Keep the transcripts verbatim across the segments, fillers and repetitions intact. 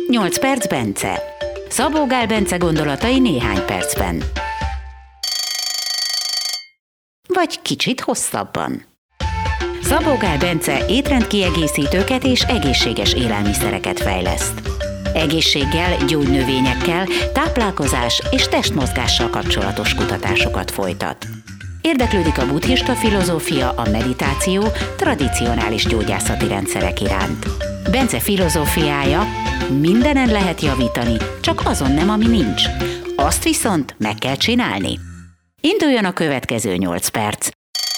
nyolc perc Bence. Szabó Gál Bence gondolatai néhány percben. Vagy kicsit hosszabban. Szabó Gál Bence étrendkiegészítőket és egészséges élelmiszereket fejleszt. Egészséggel, gyógynövényekkel, táplálkozás és testmozgással kapcsolatos kutatásokat folytat. Érdeklődik a buddhista filozófia, a meditáció, tradicionális gyógyászati rendszerek iránt. Bence filozófiája: mindenen lehet javítani, csak azon nem, ami nincs. Azt viszont meg kell csinálni. Induljon a következő nyolc perc.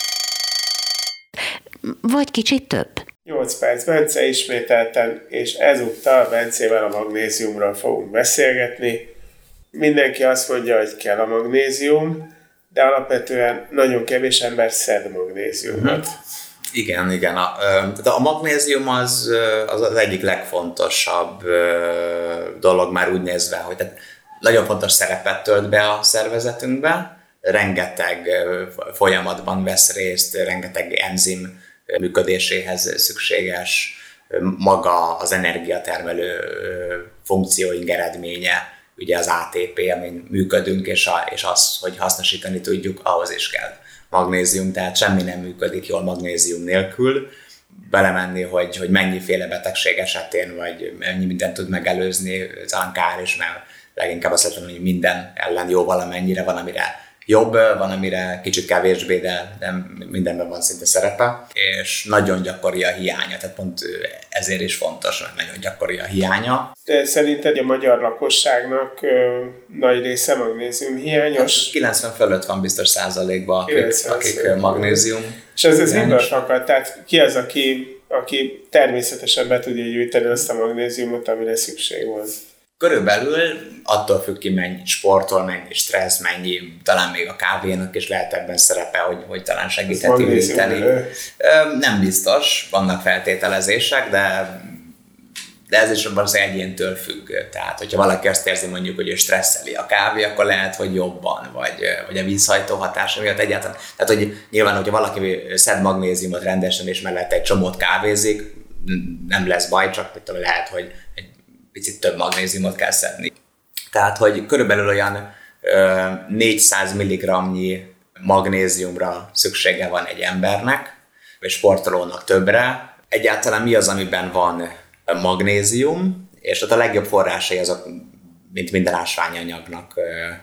Vagy kicsit több. nyolc perc Bence ismételten, és ezúttal Bencével a magnéziumról fogunk beszélgetni. Mindenki azt mondja, hogy kell a magnézium, de alapvetően nagyon kevés ember szed magnéziumot. Hmm. Igen, igen. A, de a magnézium az, az az egyik legfontosabb dolog, már úgy nézve, hogy nagyon fontos szerepet tölt be a szervezetünkbe, rengeteg folyamatban vesz részt, rengeteg enzim működéséhez szükséges, maga az energiatermelő funkcióink eredménye, ugye az á té pé, amin működünk, és, a, és az, hogy hasznosítani tudjuk, ahhoz is kell magnézium, tehát semmi nem működik jól magnézium nélkül. Belemenni, hogy, hogy mennyiféle betegség esetén, vagy mennyi mindent tud megelőzni, talán kár is, mert leginkább azt látom, hogy minden ellen jó valamennyire, van, amire jobb, van, amire kicsit kevésbé, de, de mindenben van szinte szerepe, és nagyon gyakori a hiánya, tehát pont ezért is fontos, mert nagyon gyakori a hiánya. De szerinted a magyar lakosságnak ö, nagy része magnézium hiányos? kilencven fölött van biztos százalékban, akik, akik magnézium. És ez, ez miből fakad? Tehát ki az, aki, aki természetesen be tudja gyűjteni azt a magnéziumot, amire szükség van? Körülbelül attól függ ki, mennyi sportol, mennyi stressz, mennyi, talán még a kávénak is lehet ebben szerepe, hogy, hogy talán segítheti üríteni. Nem biztos, vannak feltételezések, de, de ez is valószínűleg egyéntől függ. Tehát, hogyha valaki azt érzi mondjuk, hogy ő stresszeli a kávé, akkor lehet, hogy jobban, vagy, vagy a vízhajtó hatása miatt egyáltalán. Tehát, hogy nyilván, hogyha valaki szed magnéziumot rendesen, és mellette egy csomót kávézik, nem lesz baj, csak lehet, hogy egy picit több magnéziumot kell szedni. Tehát, hogy körülbelül olyan ö, négyszáz milligramnyi magnéziumra szüksége van egy embernek, vagy sportolónak többre. Egyáltalán mi az, amiben van magnézium, és ott a legjobb forrásai azok, mint minden ásványanyagnak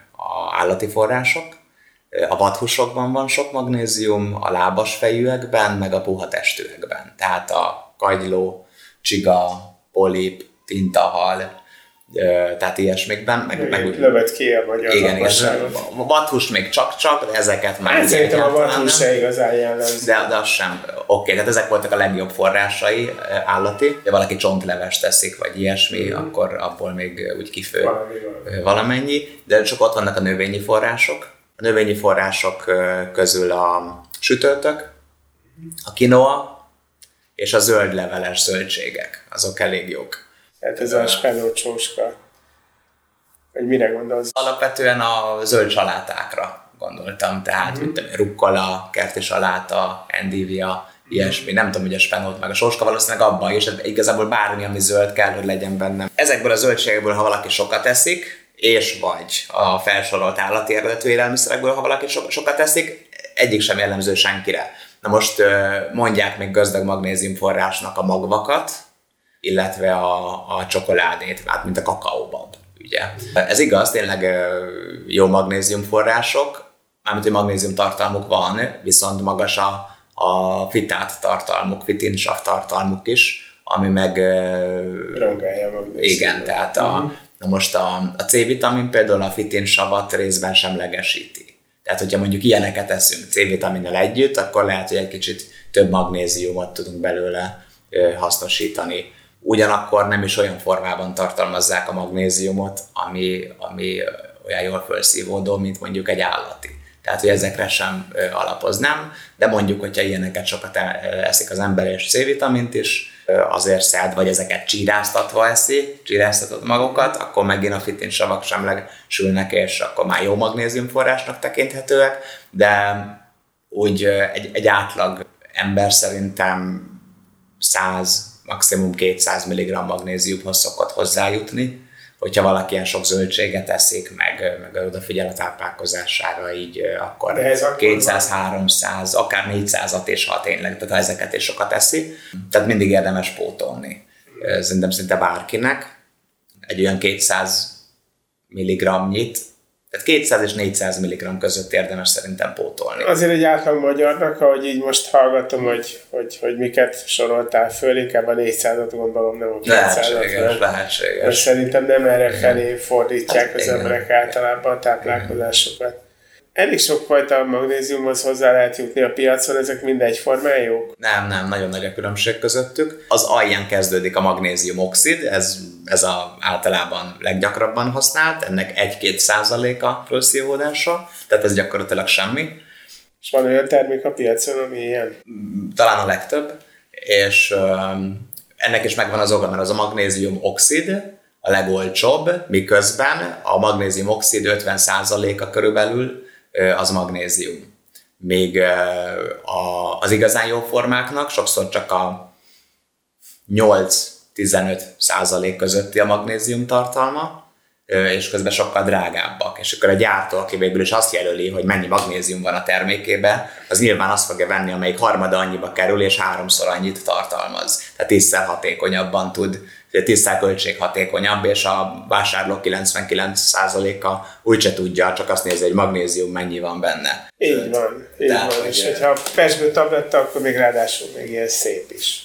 a állati források. A vadhúsokban van sok magnézium, a lábasfejűekben, meg a puha testűekben. Tehát a kagyló, csiga, polip, tintahal, tehát ilyesmikben. Meg, meg lövött ki a magyar igen, a vadhús még csak-csak, de ezeket már... Hát szerintem a vadhús se igazán jellemző. De, de az sem. Oké, okay, tehát ezek voltak a legjobb forrásai állati. Ha valaki csontlevest teszik, vagy ilyesmi, mm. akkor abból még úgy kifő valami, valami. valamennyi. De csak ott vannak a növényi források. A növényi források közül a sütőtök, a kinoa és a zöldleveles zöldségek. Azok elég jók. Tehát ez a spenócsóska. Vagy mire gondolsz? Alapvetően a zöld salátákra gondoltam. Tehát mm-hmm. rukkola, kerti saláta, endívia, ilyesmi. Nem tudom, hogy a spenót meg a sóska valószínűleg abban is. Igazából bármi, ami zöld kell, hogy legyen benne. Ezekből a zöldségekből, ha valaki sokat eszik, és vagy a felsorolt állati eredetű élelmiszerekből, ha valaki so- sokat eszik, egyik sem jellemző senkire. Na most mondják még gazdag magnéziumforrásnak a magvakat, illetve a, a csokoládét, hát mint a kakaóban, ugye. Ez igaz, tényleg jó magnéziumforrások, mármint, hogy magnézium tartalmuk van, viszont magas a, a fitát tartalmuk, fitinsav tartalmuk is, ami meg... Rongálja magnézium. Igen, tehát a, uh-huh. na most a, a C-vitamin például a fitinsavat részben semlegesíti. Tehát, hogyha mondjuk ilyeneket eszünk C-vitaminnal együtt, akkor lehet, hogy egy kicsit több magnéziumot tudunk belőle hasznosítani. Ugyanakkor nem is olyan formában tartalmazzák a magnéziumot, ami, ami olyan jól felszívódó, mint mondjuk egy állati. Tehát, hogy ezekre sem alapoznám, de mondjuk, hogyha ilyeneket sokat eszik az ember és C-vitamint is, azért szed, vagy ezeket csíráztatva eszi, csíráztatott magokat, akkor megint a fitinsavak semlegesülnek, és akkor már jó magnéziumforrásnak tekinthetőek, de úgy egy, egy átlag ember szerintem száz maximum kétszáz milligramm magnéziumhoz szokott hozzájutni. Hogyha valaki ilyen sok zöldséget eszik, meg, meg odafigyel a táplálkozására, így akkor kétszáz-háromszáz, akár négyszázat is, ha tényleg, tehát ha ezeket is sokat eszi. Tehát mindig érdemes pótolni. Szerintem szinte bárkinek egy olyan kétszáz milligramnyit, tehát kétszáz és négyszáz milligramm között érdemes szerintem pótolni. Azért egy átlag magyarnak, ahogy így most hallgatom, hogy, hogy, hogy miket soroltál föl, inkább a négyszázat gondolom, nem a kétszázat. Lehetséges, lehetséges. Mert szerintem nem erre felé fordítják az emberek általában a táplálkozásokat. Elég sokfajta magnéziumhoz hozzá lehet jutni a piacon, ezek mind egyformán jók? Nem, nem, nagyon nagy a különbség közöttük. Az alján kezdődik a magnézium oxid, ez, ez a általában leggyakrabban használt, ennek egy-két százaléka fölszívódása, tehát ez gyakorlatilag semmi. És van olyan termék a piacon, ami ilyen? Talán a legtöbb, és um, ennek is megvan az oka, mert az a magnézium oxid a legolcsóbb, miközben a magnézium oxid ötven százaléka körülbelül az magnézium. Még az igazán jó formáknak sokszor csak a nyolc-tizenöt százalék közötti a magnézium tartalma, és közben sokkal drágábbak. És akkor a gyártó, aki végül is azt jelöli, hogy mennyi magnézium van a termékében, az nyilván azt fogja venni, amelyik harmada annyiba kerül, és háromszor annyit tartalmaz. Tehát tízszer hatékonyabban tud, tízszer költséghatékonyabb, és a vásárlók kilencvenkilenc százaléka úgyse tudja, csak azt nézi, hogy magnézium mennyi van benne. Így van, így Tehát, van. És hogyha pesgő tabletta, akkor még ráadásul még ilyen szép is.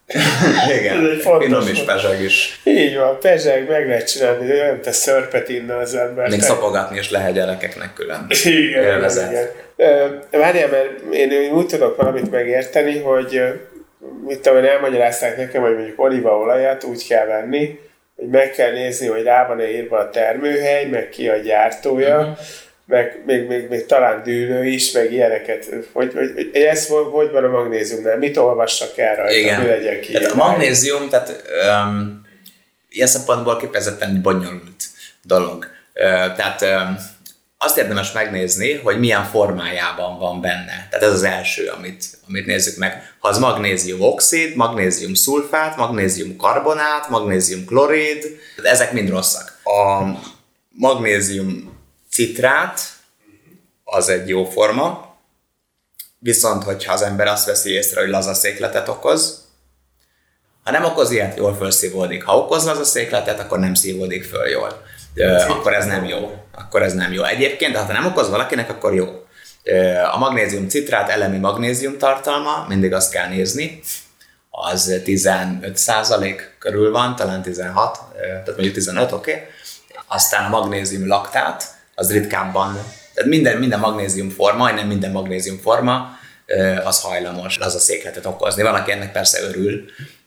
Igen, finom is, pezseg is. Így van, pezseg, meg lehet csinálni, hogy olyan te szörpet inna az ember. Még szapogatni is lehet gyerekeknek külön. Igen, élvezet. Igen. Várjál, mert én úgy tudok valamit megérteni, hogy mit tudom, elmagyarázták nekem, hogy mondjuk olívaolajat úgy kell venni, hogy meg kell nézni, hogy rá van-e írva a termőhely, meg ki a gyártója, uh-huh. meg még, még, még talán dűlő is, meg ilyeneket. Hogy, hogy, hogy ez hogy van a magnéziumnál? Mit olvassak el rajta? Igen. Mi legyen ki? Tehát a magnézium, tehát um, ilyen szempontból kifejezetten bonyolult dolog. Uh, tehát um, azt érdemes megnézni, hogy milyen formájában van benne. Tehát ez az első, amit, amit nézzük meg. Ha az magnézium oxid, magnézium szulfát, magnézium karbonát, magnézium klorid, ezek mind rosszak. A magnézium citrát az egy jó forma, viszont hogyha az ember azt veszi észre, hogy lazaszékletet okoz, ha nem okoz ilyet, jól felszívódik. Ha okoz lazaszékletet, akkor nem szívódik föl jól. Akkor ez nem jó. Akkor ez nem jó. Egyébként, ha nem okoz valakinek, akkor jó. A magnézium citrát elemi magnézium tartalma, mindig azt kell nézni, az tizenöt százalék körül van, talán tizenhat, tehát mondjuk tizenöt, oké. Okay. Aztán a magnézium laktát, az ritkábban, tehát minden, minden magnézium forma, majdnem minden magnézium forma, az hajlamos az a székletet okozni. Van, aki ennek persze örül,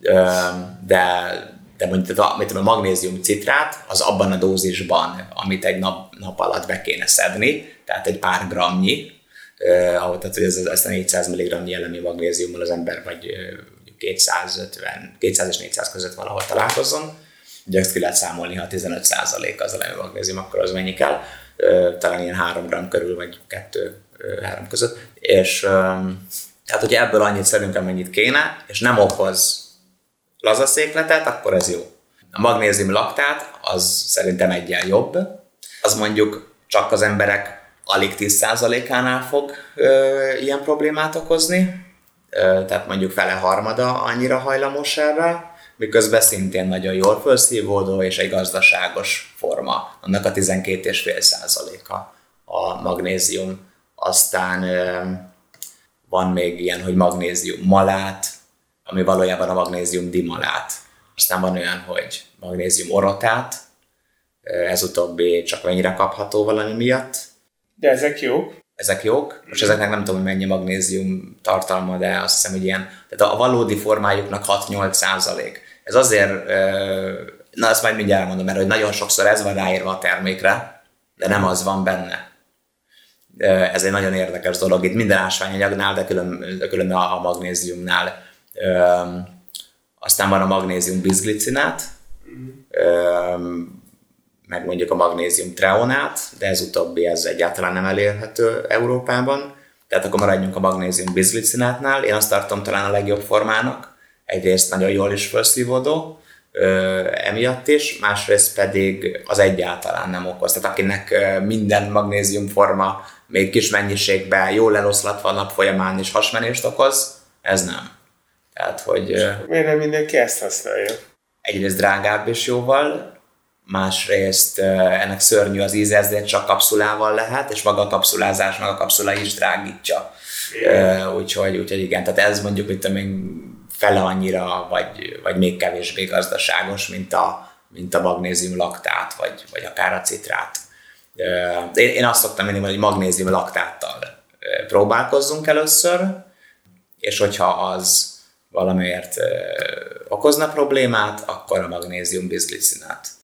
de, de mondjuk a, a magnézium citrát, az abban a dózisban, amit egy nap, nap alatt be kéne szedni, tehát egy pár grammnyi, ahol tehát ez, ezt a négyszáz milligramnyi elemi magnéziummal az ember vagy kétszázötven, kétszáz és négyszáz között valahol találkozzon. Ugye ezt ki lehet számolni, ha tizenöt százalék az elemi magnézium, akkor az mennyi kell. Talán ilyen három gramm körül, vagy kettő-három között. És tehát, hogyha ebből annyit szedünk, amennyit kéne, és nem okoz lazaszékletet, akkor ez jó. A magnézium laktát, az szerintem egyen jobb. Az mondjuk csak az emberek alig tíz százalékánál fog ö, ilyen problémát okozni. Ö, tehát mondjuk fele-harmada annyira hajlamos erre, miközben szintén nagyon jól felszívódó és egy gazdaságos forma. Annak a tizenkét egész öt százaléka a magnézium. Aztán ö, van még ilyen, hogy magnézium malát, ami valójában a magnézium dimalát. Aztán van olyan, hogy magnézium orotát, ez utóbbi csak mennyire kapható valami miatt. De ezek jók? Ezek jók. Most ezeknek nem tudom, hogy mennyi magnézium tartalma, de azt hiszem, hogy ilyen, tehát a valódi formájuknak hat-nyolc százalék. Ez azért, na ezt majd mindjárt mondom, mert hogy nagyon sokszor ez van ráírva a termékre, de nem az van benne. Ez egy nagyon érdekes dolog. Itt minden ásványanyagnál, de külön, de külön a magnéziumnál. Aztán van a magnézium bizglicinát, meg mondjuk a magnézium treonát, de ez utóbbi ez egyáltalán nem elérhető Európában. Tehát akkor maradjunk a magnézium bizglicinátnál. Én azt tartom talán a legjobb formának. egyrészt nagyon jól is felszívódó, emiatt is, másrészt pedig az egyáltalán nem okoz. Tehát akinek minden magnéziumforma még kis mennyiségben jól eloszlatva a nap folyamán is hasmenést okoz, ez nem. Tehát, hogy... Miért nem mindenki ezt használja? Egyrészt drágább is jóval, másrészt ennek szörnyű az íze, ezért csak kapszulával lehet, és maga a kapszulázás, maga a kapszula is drágítja. Yeah. Úgyhogy, úgyhogy igen, tehát ez mondjuk, hogy még fele annyira, vagy, vagy még kevésbé gazdaságos, mint a, mint a magnézium laktát, vagy, vagy akár a citrát. Én, én azt szoktam mindig mondani, hogy magnézium laktáttal próbálkozzunk először, és hogyha az valamiért okozna problémát, akkor a magnézium bizglicinát.